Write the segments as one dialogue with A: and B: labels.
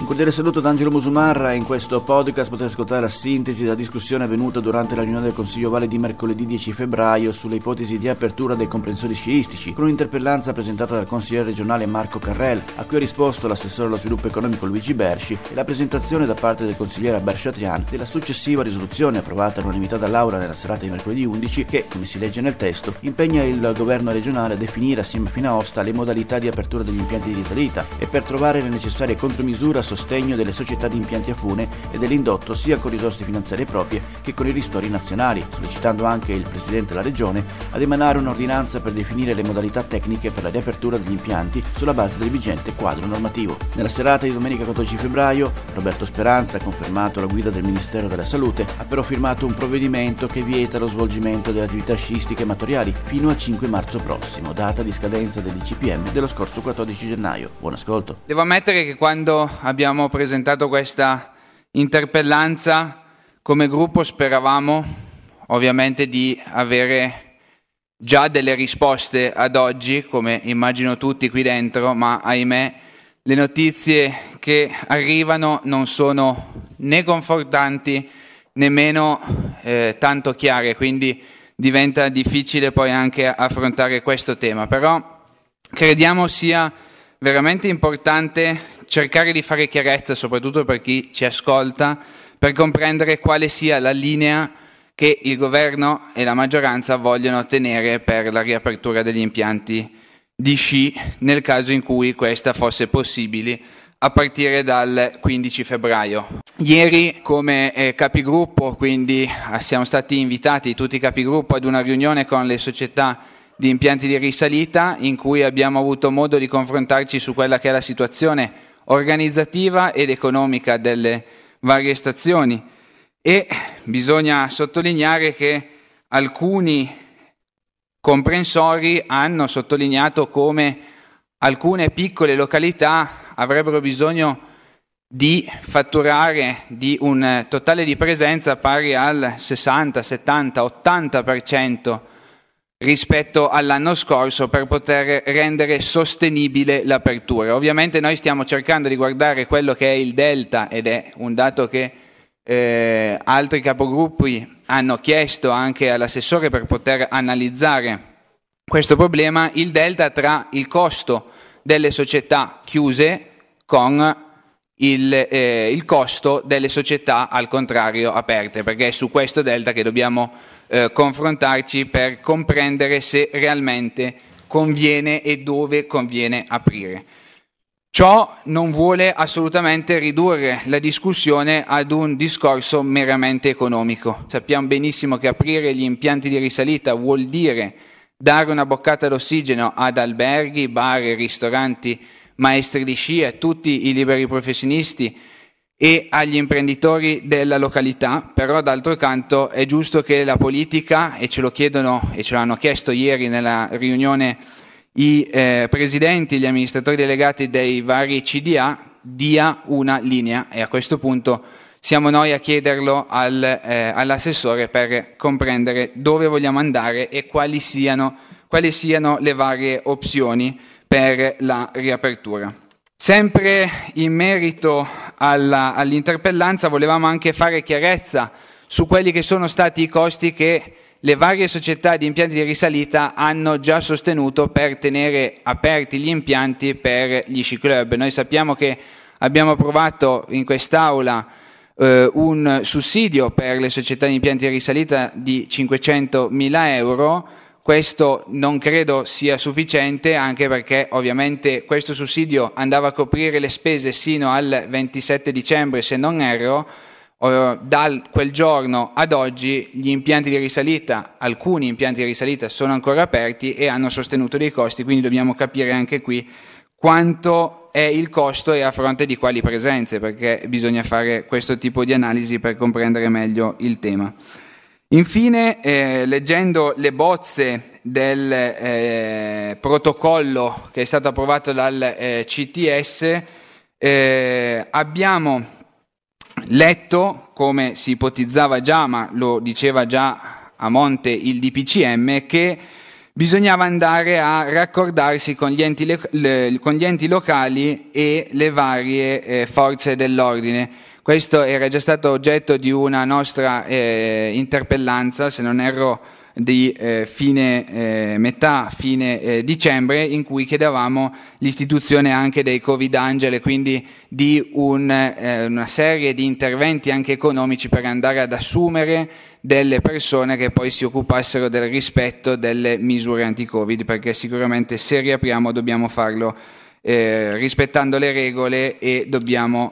A: cordiale saluto da Angelo Musumarra. In questo podcast potete ascoltare la sintesi della discussione avvenuta durante la riunione del Consiglio Vale di mercoledì 10 febbraio sulle ipotesi di apertura dei comprensori sciistici, con un'interpellanza presentata dal consigliere regionale Marco Carrel, a cui ha risposto l'assessore allo sviluppo economico Luigi Bersci, e la presentazione da parte del consigliere Aber Chatrian della successiva risoluzione approvata all'unanimità dall'Aula nella serata di mercoledì 11 che, come si legge nel testo, impegna il governo regionale a definire assieme a Finaosta le modalità di apertura degli impianti di risalita e per trovare le necessarie contromisure a sostegno delle società di impianti a fune e dell'indotto sia con risorse finanziarie proprie che con i ristori nazionali, sollecitando anche il Presidente della Regione ad emanare un'ordinanza per definire le modalità tecniche per la riapertura degli impianti sulla base del vigente quadro normativo. Nella serata di domenica 14 febbraio, Roberto Speranza, confermato alla guida del Ministero della Salute, ha però firmato un provvedimento che vieta lo svolgimento delle attività sciistiche amatoriali fino al 5 marzo prossimo, data di scadenza del DCPM dello scorso 14 gennaio. Buon ascolto.
B: Devo ammettere che quando abbiamo presentato questa interpellanza come gruppo speravamo ovviamente di avere già delle risposte ad oggi, come immagino tutti qui dentro, ma ahimè le notizie che arrivano non sono né confortanti nemmeno tanto chiare, quindi diventa difficile poi anche affrontare questo tema. Però crediamo sia veramente importante cercare di fare chiarezza, soprattutto per chi ci ascolta, per comprendere quale sia la linea che il governo e la maggioranza vogliono tenere per la riapertura degli impianti di sci nel caso in cui questa fosse possibile a partire dal 15 febbraio. Ieri come capigruppo, quindi siamo stati invitati tutti i capigruppo ad una riunione con le società di impianti di risalita in cui abbiamo avuto modo di confrontarci su quella che è la situazione organizzativa ed economica delle varie stazioni, e bisogna sottolineare che alcuni comprensori hanno sottolineato come alcune piccole località avrebbero bisogno di fatturare di un totale di presenza pari al 60, 70, 80% rispetto all'anno scorso per poter rendere sostenibile l'apertura. Ovviamente noi stiamo cercando di guardare quello che è il delta, ed è un dato che altri capogruppi hanno chiesto anche all'assessore per poter analizzare questo problema, il delta tra il costo delle società chiuse con il costo delle società al contrario aperte, perché è su questo delta che dobbiamo confrontarci per comprendere se realmente conviene e dove conviene aprire. Ciò non vuole assolutamente ridurre la discussione ad un discorso meramente economico. Sappiamo benissimo che aprire gli impianti di risalita vuol dire dare una boccata d'ossigeno ad alberghi, bar, ristoranti, maestri di sci, a tutti i liberi professionisti e agli imprenditori della località. Però d'altro canto è giusto che la politica, e ce lo chiedono e ce l'hanno chiesto ieri nella riunione i presidenti, gli amministratori delegati dei vari CDA, dia una linea, e a questo punto siamo noi a chiederlo all'assessore per comprendere dove vogliamo andare e quali siano le varie opzioni per la riapertura. Sempre in merito all'interpellanza volevamo anche fare chiarezza su quelli che sono stati i costi che le varie società di impianti di risalita hanno già sostenuto per tenere aperti gli impianti per gli sci club. Noi sappiamo che abbiamo approvato in quest'Aula un sussidio per le società di impianti di risalita di 500.000 euro. Questo non credo sia sufficiente, anche perché ovviamente questo sussidio andava a coprire le spese sino al 27 dicembre, se non erro. Da quel giorno ad oggi gli impianti di risalita, alcuni impianti di risalita sono ancora aperti e hanno sostenuto dei costi, quindi dobbiamo capire anche qui quanto è il costo e a fronte di quali presenze, perché bisogna fare questo tipo di analisi per comprendere meglio il tema. Infine, leggendo le bozze del protocollo che è stato approvato dal CTS, abbiamo letto, come si ipotizzava già, ma lo diceva già a monte il DPCM, che bisognava andare a raccordarsi con gli enti locali e le varie forze dell'ordine. Questo era già stato oggetto di una nostra interpellanza, se non erro di fine dicembre, in cui chiedevamo l'istituzione anche dei Covid Angel, quindi di una serie di interventi anche economici per andare ad assumere delle persone che poi si occupassero del rispetto delle misure anti-Covid, perché sicuramente se riapriamo dobbiamo farlo rispettando le regole e dobbiamo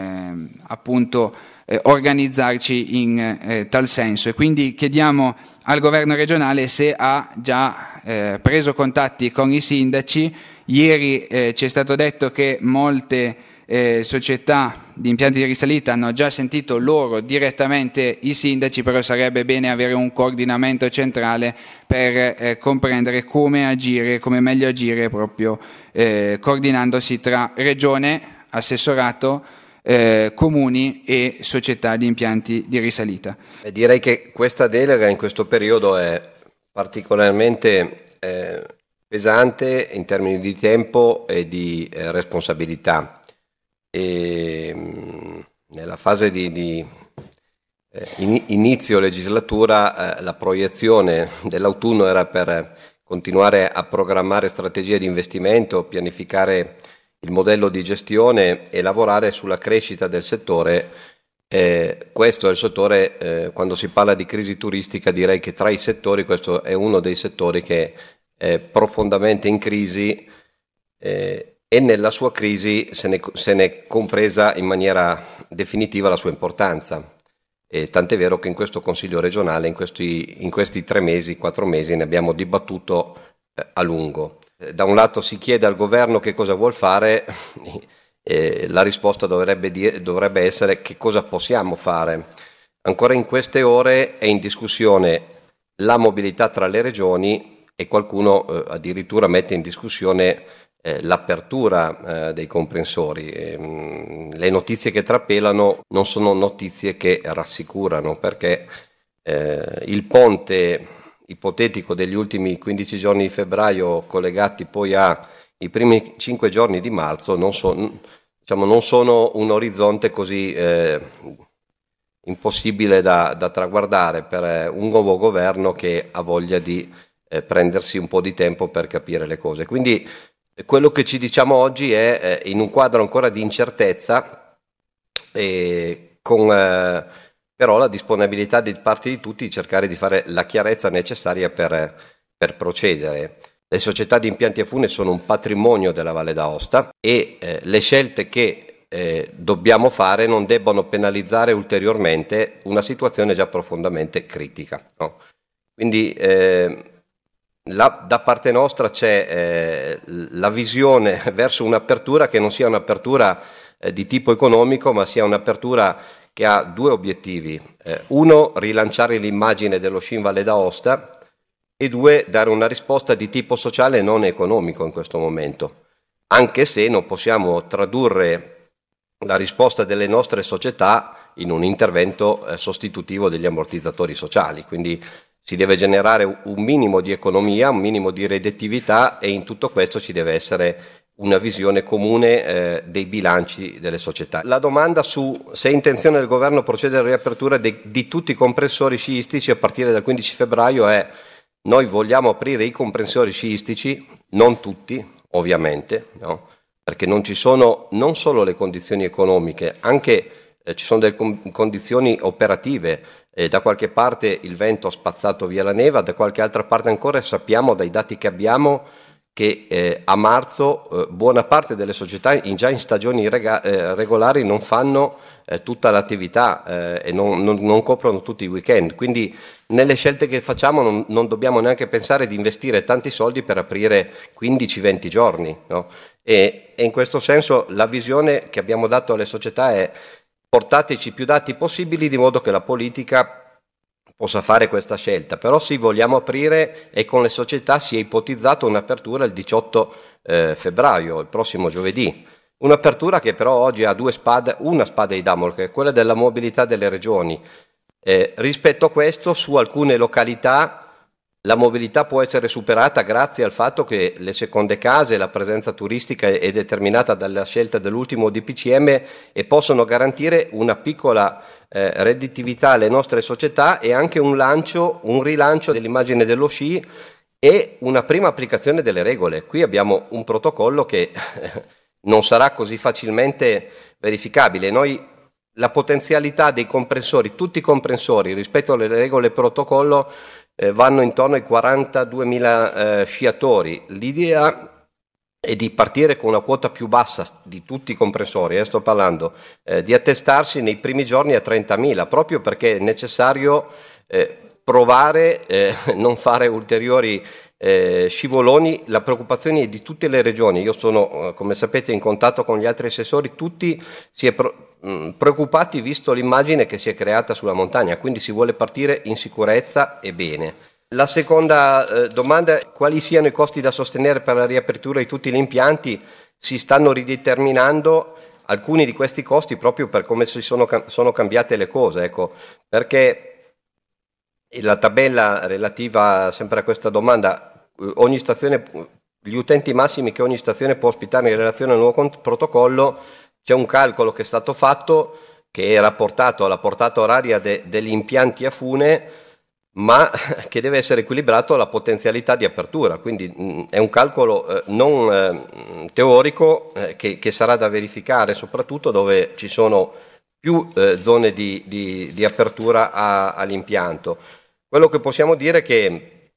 B: organizzarci in tal senso. E quindi chiediamo al governo regionale se ha già preso contatti con i sindaci. Ieri ci è stato detto che molte società di impianti di risalita hanno già sentito loro direttamente i sindaci, però sarebbe bene avere un coordinamento centrale per comprendere come agire, come meglio agire, proprio coordinandosi tra regione, assessorato, comuni e società di impianti di risalita.
C: Direi che questa delega in questo periodo è particolarmente pesante in termini di tempo e di responsabilità. E nella fase di inizio legislatura la proiezione dell'autunno era per continuare a programmare strategie di investimento, pianificare il modello di gestione e lavorare sulla crescita del settore. Questo è il settore, quando si parla di crisi turistica, direi che tra i settori questo è uno dei settori che è profondamente in crisi e nella sua crisi se n'è compresa in maniera definitiva la sua importanza. Tant'è vero che in questo Consiglio regionale, in questi 3 mesi, 4 mesi, ne abbiamo dibattuto a lungo. Da un lato si chiede al governo che cosa vuol fare, la risposta dovrebbe essere che cosa possiamo fare. Ancora in queste ore è in discussione la mobilità tra le regioni e qualcuno addirittura mette in discussione l'apertura dei comprensori. Le notizie che trapelano non sono notizie che rassicurano, perché il ponte ipotetico degli ultimi 15 giorni di febbraio collegati poi ai primi 5 giorni di marzo non sono un orizzonte così impossibile da traguardare per un nuovo governo che ha voglia di prendersi un po' di tempo per capire le cose. Quindi quello che ci diciamo oggi è in un quadro ancora di incertezza con però la disponibilità di parte di tutti di cercare di fare la chiarezza necessaria per procedere. Le società di impianti a fune sono un patrimonio della Valle d'Aosta e le scelte che dobbiamo fare non debbono penalizzare ulteriormente una situazione già profondamente critica, no? Quindi da parte nostra c'è la visione verso un'apertura che non sia un'apertura di tipo economico, ma sia un'apertura che ha 2 obiettivi. Uno, rilanciare l'immagine dello Shin Valle d'Aosta, e 2, dare una risposta di tipo sociale e non economico in questo momento, anche se non possiamo tradurre la risposta delle nostre società in un intervento sostitutivo degli ammortizzatori sociali. Quindi si deve generare un minimo di economia, un minimo di redditività, e in tutto questo ci deve essere una visione comune dei bilanci delle società. La domanda su se è intenzione del governo procedere alla riapertura di tutti i comprensori sciistici a partire dal 15 febbraio è: noi vogliamo aprire i comprensori sciistici, non tutti ovviamente, no? Perché non ci sono non solo le condizioni economiche, anche ci sono delle condizioni operative. Da qualche parte il vento ha spazzato via la neve, da qualche altra parte ancora sappiamo dai dati che abbiamo che a marzo buona parte delle società già in stagioni regolari non fanno tutta l'attività e non coprono tutti i weekend. Quindi nelle scelte che facciamo non dobbiamo neanche pensare di investire tanti soldi per aprire 15-20 giorni, no? E in questo senso la visione che abbiamo dato alle società è: portateci più dati possibili di modo che la politica possa fare questa scelta. Però sì, vogliamo aprire, e con le società si è ipotizzato un'apertura il 18 febbraio, il prossimo giovedì. Un'apertura che però oggi ha una spada di Damocle, quella della mobilità delle regioni. Rispetto a questo, su alcune località la mobilità può essere superata grazie al fatto che le seconde case, la presenza turistica è determinata dalla scelta dell'ultimo DPCM e possono garantire una piccola redditività alle nostre società e anche un rilancio dell'immagine dello sci e una prima applicazione delle regole. Qui abbiamo un protocollo che non sarà così facilmente verificabile. La potenzialità dei comprensori, tutti i comprensori rispetto alle regole protocollo vanno intorno ai 42.000 sciatori. L'idea è di partire con una quota più bassa di tutti i comprensori, sto parlando di attestarsi nei primi giorni a 30.000, proprio perché è necessario provare, non fare ulteriori scivoloni. La preoccupazione è di tutte le regioni. Io sono, come sapete, in contatto con gli altri assessori, tutti si è preoccupati visto l'immagine che si è creata sulla montagna, quindi si vuole partire in sicurezza e bene. La seconda domanda è quali siano i costi da sostenere per la riapertura di tutti gli impianti. Si stanno rideterminando alcuni di questi costi proprio per come sono cambiate le cose, ecco, perché la tabella relativa sempre a questa domanda, ogni stazione, gli utenti massimi che ogni stazione può ospitare in relazione al nuovo protocollo, c'è un calcolo che è stato fatto che è rapportato alla portata oraria degli impianti a fune, ma che deve essere equilibrato alla potenzialità di apertura, quindi è un calcolo non teorico che sarà da verificare, soprattutto dove ci sono più zone di apertura all'impianto. Quello che possiamo dire è che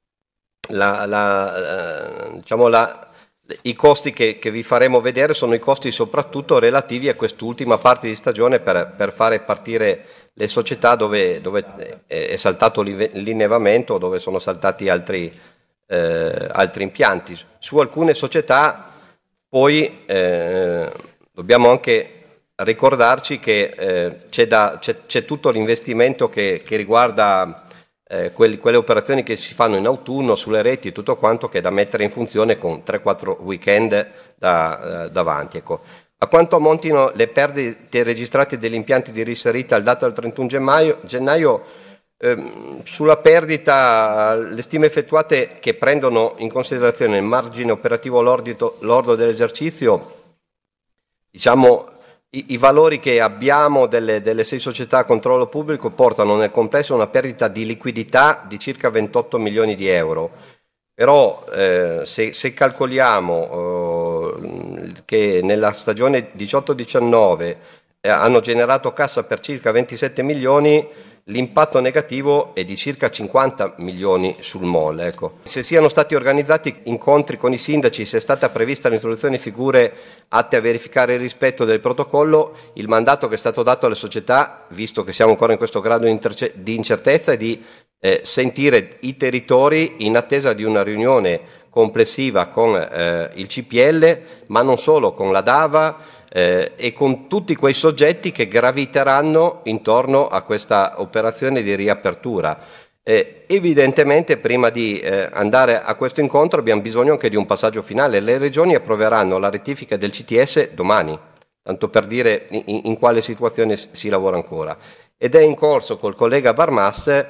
C: i costi che vi faremo vedere sono i costi soprattutto relativi a quest'ultima parte di stagione per fare partire le società dove è saltato l'innevamento, dove sono saltati altri impianti. Su alcune società poi dobbiamo anche ricordarci che c'è tutto l'investimento che riguarda quelle operazioni che si fanno in autunno sulle reti, tutto quanto, che è da mettere in funzione con 3-4 weekend davanti. Ecco. A quanto ammontino le perdite registrate degli impianti di risalita al dato del 31 gennaio, sulla perdita le stime effettuate che prendono in considerazione il margine operativo lordo dell'esercizio, diciamo i valori che abbiamo delle 6 società a controllo pubblico portano nel complesso una perdita di liquidità di circa 28 milioni di euro. Però se calcoliamo che nella stagione 18-19 hanno generato cassa per circa 27 milioni, l'impatto negativo è di circa 50 milioni sul MOL. Ecco. Se siano stati organizzati incontri con i sindaci, se è stata prevista l'introduzione di figure atte a verificare il rispetto del protocollo, il mandato che è stato dato alle società, visto che siamo ancora in questo grado di incertezza, è di sentire i territori in attesa di una riunione complessiva con il CPL, ma non solo, con la DAVA, e con tutti quei soggetti che graviteranno intorno a questa operazione di riapertura. Evidentemente prima di andare a questo incontro abbiamo bisogno anche di un passaggio finale. Le regioni approveranno la rettifica del CTS domani, tanto per dire in quale situazione si lavora ancora, ed è in corso col collega Barmas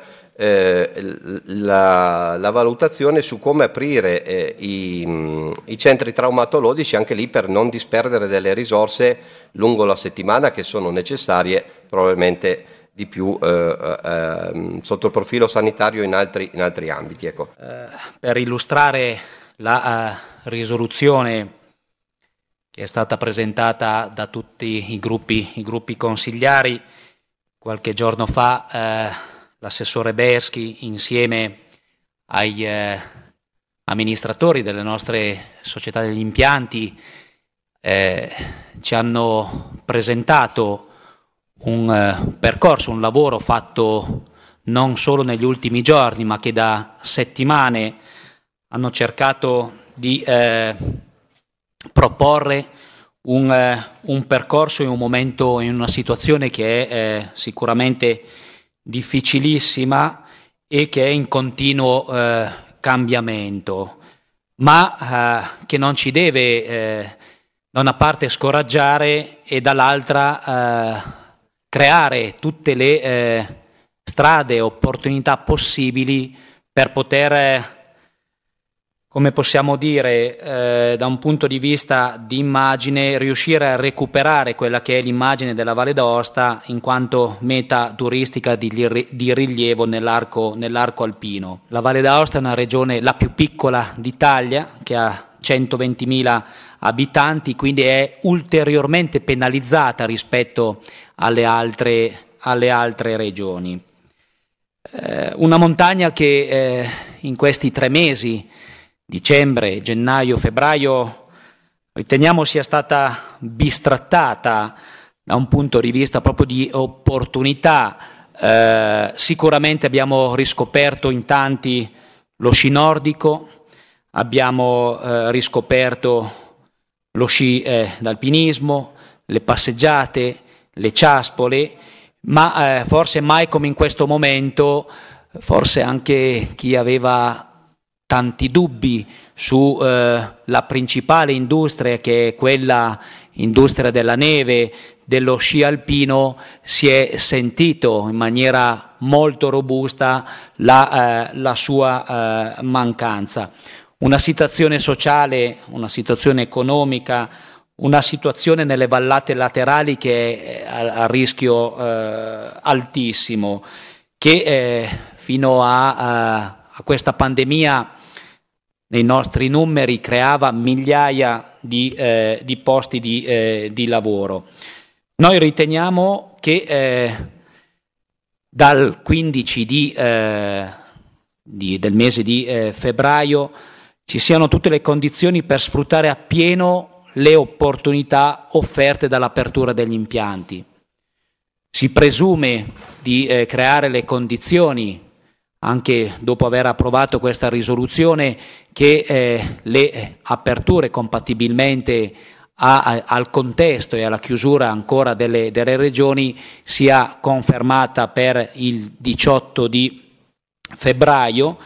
C: la valutazione su come aprire i centri traumatologici, anche lì per non disperdere delle risorse lungo la settimana che sono necessarie probabilmente di più sotto il profilo sanitario in altri ambiti. Ecco.
D: Per illustrare la risoluzione che è stata presentata da tutti i gruppi consigliari, qualche giorno fa l'assessore Beschi insieme agli amministratori delle nostre società degli impianti ci hanno presentato un percorso, un lavoro fatto non solo negli ultimi giorni, ma che da settimane hanno cercato di proporre un percorso in un momento, in una situazione che è sicuramente difficilissima e che è in continuo cambiamento, ma che non ci deve da una parte scoraggiare e dall'altra creare tutte le strade e opportunità possibili per poter, come possiamo dire, da un punto di vista di immagine, riuscire a recuperare quella che è l'immagine della Valle d'Aosta in quanto meta turistica di rilievo nell'arco alpino. La Valle d'Aosta è una regione la più piccola d'Italia, che ha 120.000 abitanti, quindi è ulteriormente penalizzata rispetto alle altre regioni. Una montagna che in questi 3 mesi, dicembre, gennaio, febbraio, riteniamo sia stata bistrattata da un punto di vista proprio di opportunità. Sicuramente abbiamo riscoperto in tanti lo sci nordico, abbiamo riscoperto lo sci d'alpinismo, le passeggiate, le ciaspole, ma forse mai come in questo momento, forse anche chi aveva tanti dubbi su la principale industria, che è quella industria della neve, dello sci alpino, si è sentito in maniera molto robusta la sua mancanza. Una situazione sociale, una situazione economica, una situazione nelle vallate laterali che è a rischio altissimo, che fino a questa pandemia nei nostri numeri creava migliaia di posti di lavoro. Noi riteniamo che dal 15 del mese di febbraio ci siano tutte le condizioni per sfruttare appieno le opportunità offerte dall'apertura degli impianti. Si presume di creare le condizioni, anche dopo aver approvato questa risoluzione, che le aperture compatibilmente al contesto e alla chiusura ancora delle regioni sia confermata per il 18 di febbraio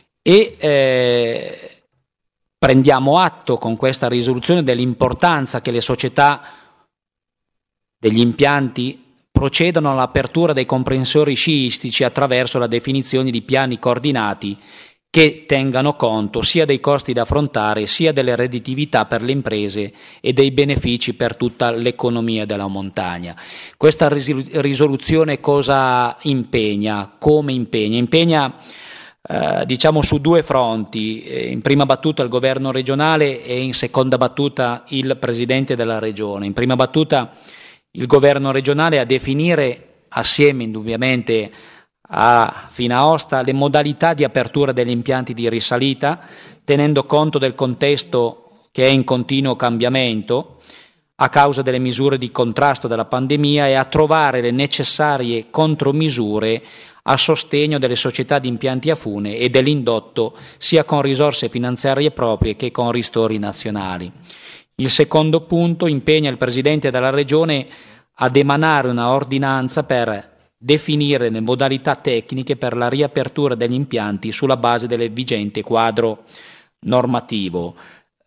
D: e prendiamo atto con questa risoluzione dell'importanza che le società degli impianti procedano all'apertura dei comprensori sciistici attraverso la definizione di piani coordinati che tengano conto sia dei costi da affrontare, sia delle redditività per le imprese e dei benefici per tutta l'economia della montagna. Questa risoluzione cosa impegna? Come impegna? Impegna diciamo su 2 fronti, in prima battuta il governo regionale e in seconda battuta il presidente della regione. In prima battuta il governo regionale a definire, assieme indubbiamente a Finaosta, le modalità di apertura degli impianti di risalita, tenendo conto del contesto che è in continuo cambiamento a causa delle misure di contrasto della pandemia, e a trovare le necessarie contromisure a sostegno delle società di impianti a fune e dell'indotto, sia con risorse finanziarie proprie che con ristori nazionali. Il secondo punto impegna il Presidente della Regione ad emanare una ordinanza per definire le modalità tecniche per la riapertura degli impianti sulla base del vigente quadro normativo.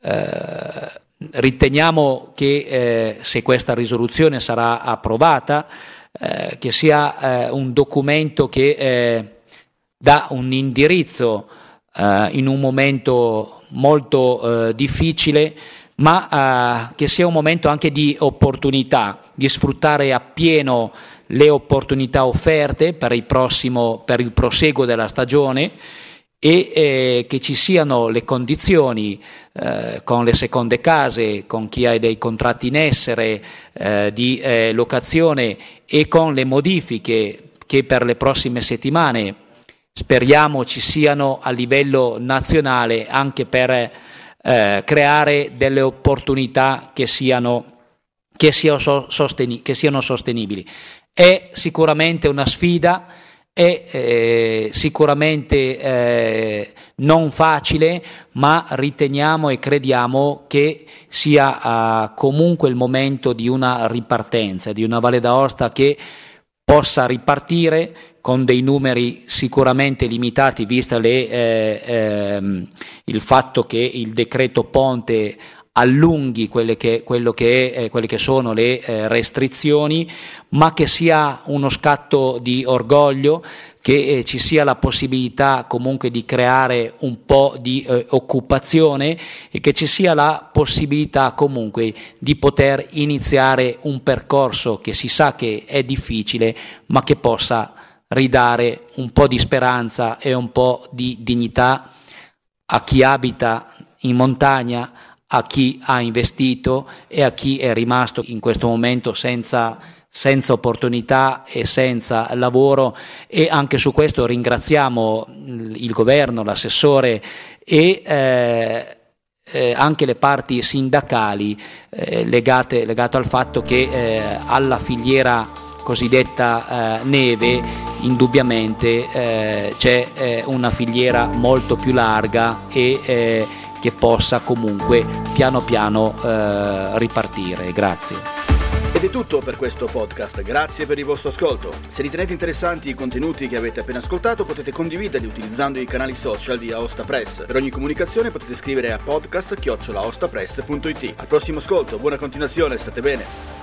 D: Riteniamo che se questa risoluzione sarà approvata, che sia un documento che dà un indirizzo in un momento molto difficile, ma che sia un momento anche di opportunità, di sfruttare appieno le opportunità offerte per il proseguo della stagione, e che ci siano le condizioni con le seconde case, con chi ha dei contratti in essere di locazione, e con le modifiche che per le prossime settimane speriamo ci siano a livello nazionale, anche per creare delle opportunità che siano sostenibili. È sicuramente una sfida, è sicuramente non facile, ma riteniamo e crediamo che sia comunque il momento di una ripartenza, di una Valle d'Aosta che possa ripartire con dei numeri sicuramente limitati, vista il fatto che il decreto ponte allunghi quelle che sono le restrizioni, ma che sia uno scatto di orgoglio, che ci sia la possibilità comunque di creare un po' di occupazione e che ci sia la possibilità comunque di poter iniziare un percorso che si sa che è difficile, ma che possa ridare un po' di speranza e un po' di dignità a chi abita in montagna, a chi ha investito e a chi è rimasto in questo momento senza opportunità e senza lavoro. E anche su questo ringraziamo il governo, l'assessore e anche le parti sindacali legate al fatto che alla filiera cosiddetta neve indubbiamente c'è una filiera molto più larga e che possa comunque piano piano ripartire. Grazie.
A: Ed è tutto per questo podcast, grazie per il vostro ascolto. Se ritenete interessanti i contenuti che avete appena ascoltato, potete condividerli utilizzando i canali social di Aosta Press. Per ogni comunicazione potete scrivere a podcast@aostapress.it. Al prossimo ascolto, buona continuazione, state bene.